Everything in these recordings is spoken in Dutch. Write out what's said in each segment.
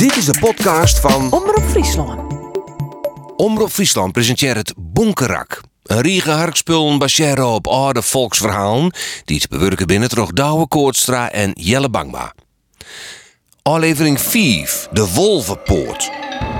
Dit is de podcast van Omroep Friesland. Omroep Friesland presenteert het Bonkerak. Een riege harkspullen baseren op oude volksverhalen die te bewerken binnen door Douwe Koortstra en Jelle Bangma. Aflevering 5, de Wolvenpoort.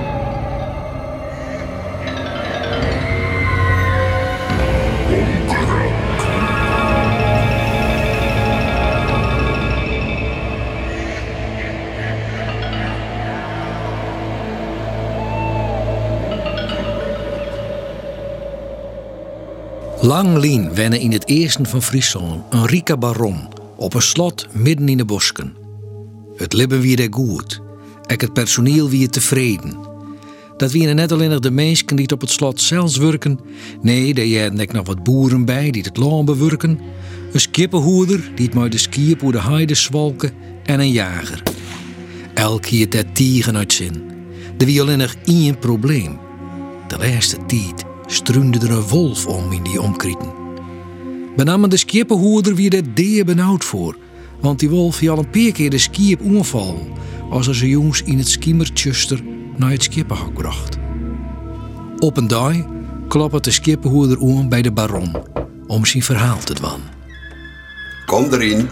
Lang lien wennen in het eersten van Friesland een rijke baron op een slot midden in de bosken. Het libben wie er goed, en het personeel wie tevreden. Dat wienen net alleen nog de mensen die het op het slot zelfs werken, nee, daar jij net nog wat boeren bij die het land bewerken, een skippenhoeder die het met de skip over de heide zwalken en een jager. Elk hier ter tiegen uit zin. Er wie alleen nog één probleem. De laatste tijd struinde er een wolf om in die omkrieten. Benamen de skippenhoerder wie er deer benauwd voor, want die wolf die al een paar keer de skip omvallen als er ze jongens in het skimmertjuster naar het skippenhak bracht. Op een dag klappert de skippenhoerder om bij de baron om zijn verhaal te dwan. Kom erin.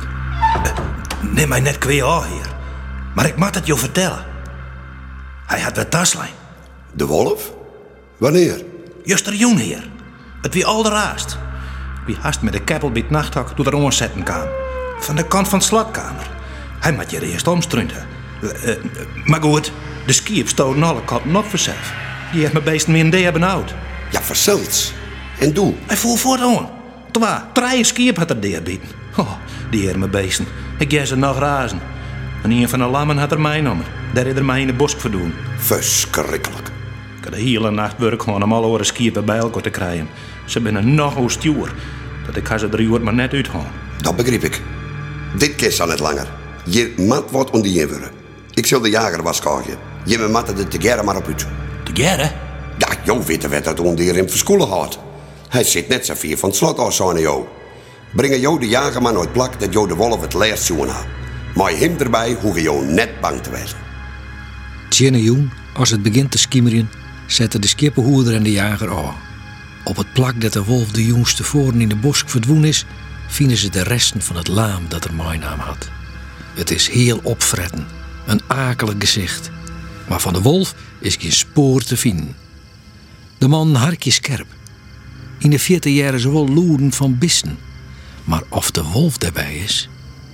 Neem mij net kwee aan, heer. Maar ik mag het je vertellen. Hij had de taslijn. De wolf? Wanneer? Juster heer. Het wie al de raast. Wie haast met de keppel bij het nachthak door de omzetten kan. Van de kant van de slatkamer. Hij moet je eerst omstrunten. Maar goed, de skip stoot alle kanten op vanzelf. Die heeft mijn beesten weer een deel benauwd. Ja, verzeld. En doe. Hij voel voortaan. Drie skip had er deel bieden. Oh, die heer mijn beesten. Ik ga ze nog razen. En een van de lammen had er mijn nummer. Daar had er mij in de bosk verdoen. Verschrikkelijk. Ik had de hele nacht werk gewoon om alle oren skiepen bij elkaar te krijgen. Ze zijn nogal stuur. Dat ik ga ze 3 uur maar net uitgaan. Dat begrijp ik. Dit keer zal het langer. Je mat wordt onder je worden. Ik zal de jager was kaaien. Je matte de tegere maar op uit. Tegere? Ja, jou weet wat dat onder hem verschoelen gaat. Hij zit net zo vier van het slot als aan jou. Brengen jou de jager maar nooit plak dat jou de wolf het leerst zoen had. Maar hem erbij hoef je jou net bang te wezen. Tjene jong, als het begint te skimmeren, zetten de skippenhoerder en de jager aan. Op het plak dat de wolf de jongste voren in de bosk verdwoen is, vinden ze de resten van het laam dat er mijn naam had. Het is heel opfretten, een akelig gezicht. Maar van de wolf is geen spoor te vinden. De man harkje scherp. In de 40 jaren ze wel loeren van bissen. Maar of de wolf daarbij is...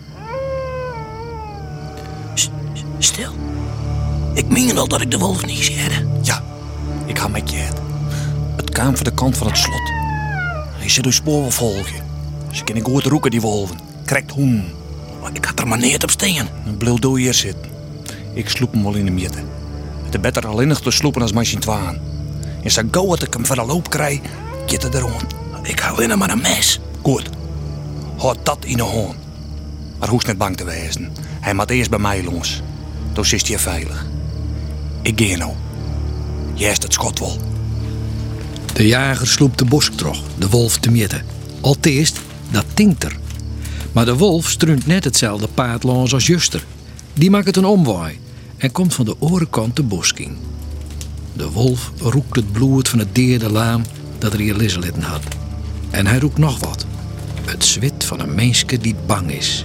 Stil. Ik meen wel dat ik de wolf niet zie. Ja, ik ga met je. Het kwam van de kant van het slot. Hij zit uw spoor wel volgen. Ze kunnen goed roeken, die wolven. Krijgt hoen. Maar ik had er maar neer op steen. Een blauw doe hier zitten. Ik sloep hem wel in de midden. Het is beter alleenig te sloepen als mijn twaan. En zo gauw dat ik hem van de loop krijg, gaat het erom. Ik hou alleen maar een mes. Goed. Houd dat in de hand. Maar hoest niet bang te wezen. Hij moet eerst bij mij los. Dan is hij veilig. Ik ga nou. Jij is het schot wel. De jager sloept de bosk terug, de wolf te midden. Allereerst, dat tinkt er. Maar de wolf strunt net hetzelfde paard langs als juster. Die maakt het een omwaai en komt van de orenkant de bosk in. De wolf roekt het bloed van het deerde laam dat er hier lisselitten had. En hij roekt nog wat. Het zwit van een mensje die bang is.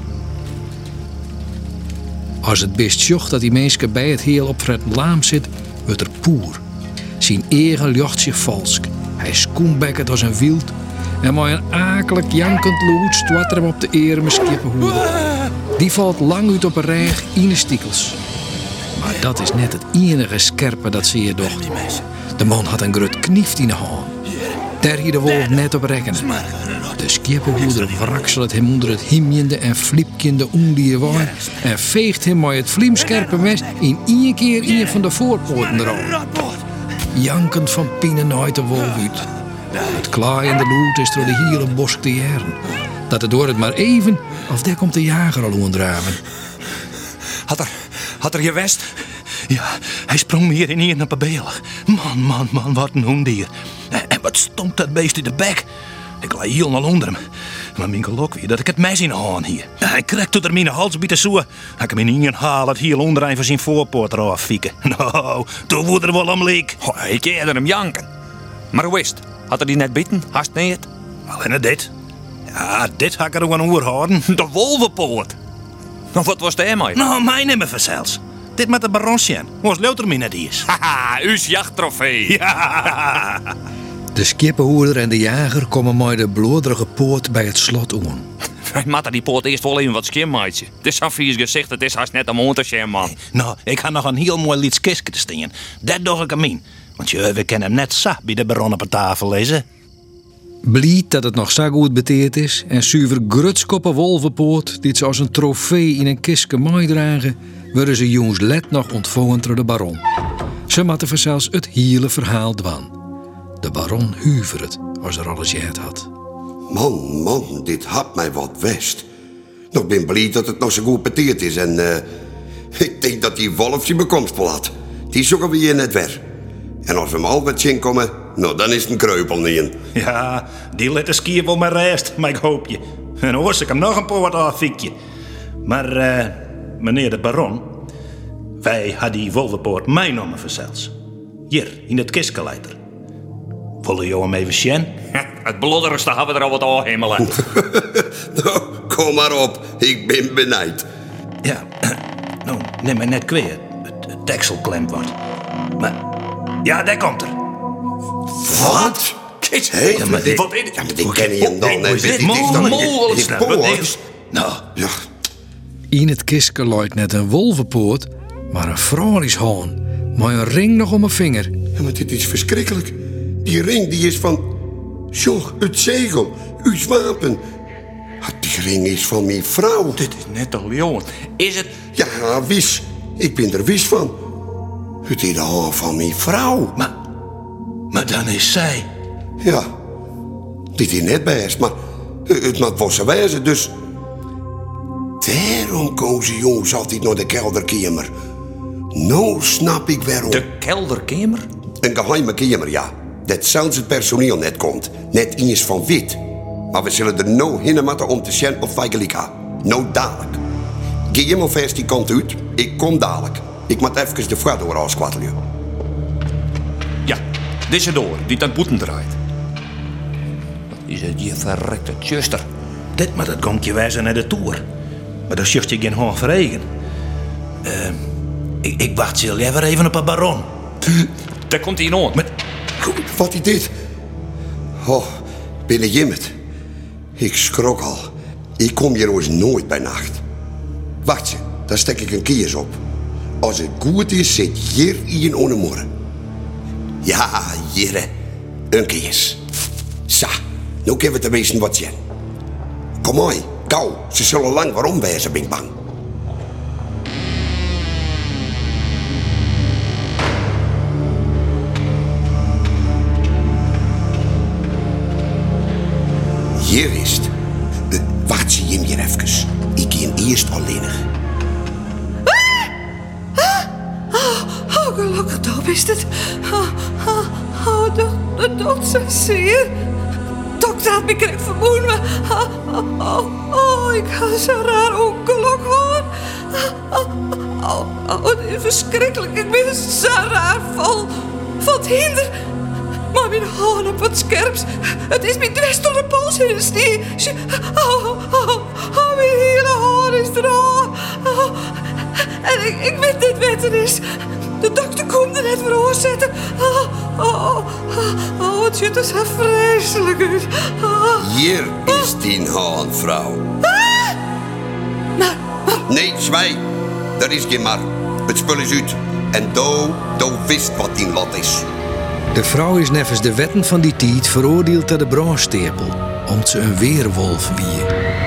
Als het beest zocht dat die mensje bij het heel opfretten laam zit, wordt er poer. Zijn eigen jocht zich valsk. Hij skoenbekkert als een wild. En met een akelig jankend lood stwat er hem op de ere skippenhoeder. Die valt lang uit op een rijg in de stiekels. Maar dat is net het enige scherpe dat ze je docht. De man had een groot knieft in de hand. Daar hier de wolf net op rekenen. De skippenhoeder wrakselt hem onder het himjende en flipkende ondierwaai en veegt hem met het vliemscherpe mes in 1 keer een van de voorpoorten erop. Jankend van pinnen nooit de wolf uit. Het klaaiende lood is door de hele bosk te jaren. Dat het door het maar even, of daar komt de jager al onderdraven. Had er je west? Ja, hij sprong meer in één op een beel. Man, wat een hoendier. En wat stonk dat beest in de bek. Ik lag heel al onder hem. Maar mijn geluk weer dat ik het mes in de hand hier. Hij krijgt tot er mijn hals biedt zo. Ik hem in halen het heel onderaan van zijn voorpoort eraf fieken. Nou, toen wordt er wel om leek. Oh, ik eerder hem janken. Maar hoe is het? Had er die net bitten? Hast niet? Alleen dit. Ja, dit had ik er ook aan oorhouden. De wolvenpoort. Nou, wat was de ermee? Nou, mij nemen verzels. Dit met de baron zijn. Was louter mij net is. Haha, uw jachttrofee. Ja. De skippenhoerder en de jager komen met de bloederige poort bij het slot aan. Wij moeten die poort eerst wel even wat skimmaatje. Het is zo'n vies gezicht, het is haast net om te zijn, man. Nou, ik ga nog een heel mooi lied kistje te stingen. Dat doe ik hem in. Want we kennen hem net zo bij de baron op de tafel lezen. Blied dat het nog zo goed beteerd is en zuiver grutskoppen wolvenpoort die ze als een trofee in een kistje meedragen, worden ze jongens let nog ontvangen door de baron. Ze moeten vanzelfs het hele verhaal dwan. De baron huivert als er alles gehad had. Man, dit had mij wat west. Nou, ik ben blij dat het nog zo goed beteerd is en ik denk dat die wolf zijn bekomst wel had. Die zoeken we hier net weer. En als we hem al met zin komen, nou, dan is het een kreupel niet. Ja, die let de skier wel maar rest, maar ik hoop je. En dan hoor ik hem nog een poort affikje. Maar, meneer de baron, wij hadden die wolvenpoort meegenomen vanzelfs. Hier, in het kistgeleiter. Willen jou hem even zien? Het blodderigste hebben we er al wat aanhemelen. Nou, kom maar op. Ik ben benijd. Ja, nou, neem mij net kweer. Het deksel klemt wordt. Maar, ja, daar komt er. Wat? Hé, Ja, maar dit- wat is Ja, maar dit ken je hem dan. hè. Dit is dan Mogelijk. poort. Nou, Ja, In het kistje luidt net een wolvenpoort, maar een vrouw is haan. Maar een ring nog om een vinger. ja, maar dit is verschrikkelijk. Die ring die is van... Zo, het zegel. Uw wapen. Ah, die ring is van mijn vrouw. Dit is net de leeuwen. Is het... Ja, wis. Ik ben er wis van. Het is de hand van mijn vrouw. maar dan is zij. Ja, dit is net best, maar het moet wel zo wezen, dus... Daarom kozen jongens altijd naar de kelderkamer. Nou snap ik waarom. De kelderkamer? Een geheime kamer, ja. Dat zelfs het personeel net komt. Net eens van wit. Maar we zullen er nou heen moeten om te zien of wij gelijk hebben. Nou dadelijk. Ga je maar vast die kant uit. Ik kom dadelijk. Ik moet even de vrouw door aanskwattelen. Ja, deze door, die ten boeten draait. Wat is het hier verrekte tjuster? Dit moet het gonkje wijzen naar de toer. Maar dan schuft je geen hoog verregen. Ik wacht ze liever even op een baron. Daar komt hij in aan. Wat is dit? Oh, binnen Jimmet. Ik schrok al. Ik kom hier ooit nooit bij nacht. Wacht je, daar stek ik een kies op. Als het goed is, zit hier in een morgen. Ja, hier, een kies. Sa, nu kunnen we tenminste wat zien. Kom maar, gauw. Ze zullen lang waarom wijzen, ben ik bang. Hier is het. Wacht, zie je hem hier even. Ik ga hem eerst alleenig. Oh, gelukkig, daar is het. Dat doet zo zeer. Dokter had me kreeg vermoeden. Ik ga zo raar ongeluk hoor. Het is verschrikkelijk. Ik ben zo raar van het hinder. Maar mijn hand op het scherps. Het is mijn dwest door de pols in de stie. Mijn hele hand is eraan. En ik weet niet wat het is. De dokter komt er net voor zetten. Het ziet er zo vreselijk uit. Hier is die hand, vrouw. Nee, zwijg. Dat is geen maar. Het spul is uit. En do wist wat die lot is. De vrouw is nevens de wetten van die tijd veroordeeld tot de brandstapel, omdat ze een weerwolf wie.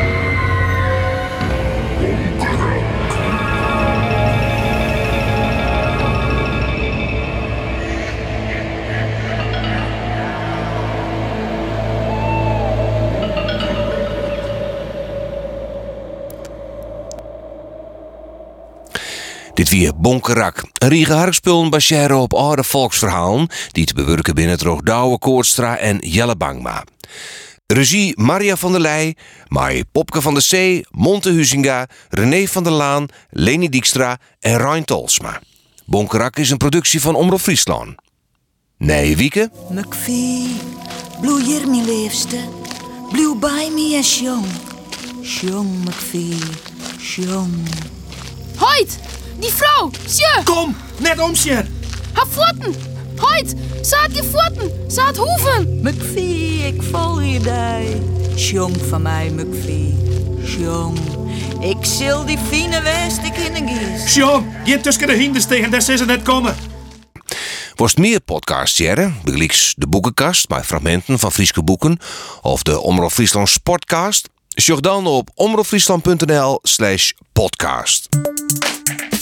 Dit weer Bonkerak. Een riege harkspullen baseren op oude volksverhalen die te bewerken binnen door Douwe Koortstra en Jelle Bangma. Regie Maria van der Leij, Mai Popke van der Zee, Monte Huizinga, René van der Laan, Leni Dijkstra en Rein Tolsma. Bonkerak is een productie van Omroep Friesland. Nee, Wieke? McVie, bloei hier mijn liefste. Blijf bij me als jong. Jong, McVie, jong. Hoit, die vrouw, zie. Kom, net omsjer. Haar voeten. Hoit, ze had je voeten. Ze had hoeven. McVie, ik volg je daar. Jong van mij, McVie. Jong. Ik zal die fine west ik in de gies. Sjoen, je tussen de hinders tegen, daar is het net komen. Worst meer podcasts jaren, begelijks de boekenkast met fragmenten van Frieske boeken of de Omroep Friesland Sportcast, zoek dan op omroepfriesland.nl/podcast.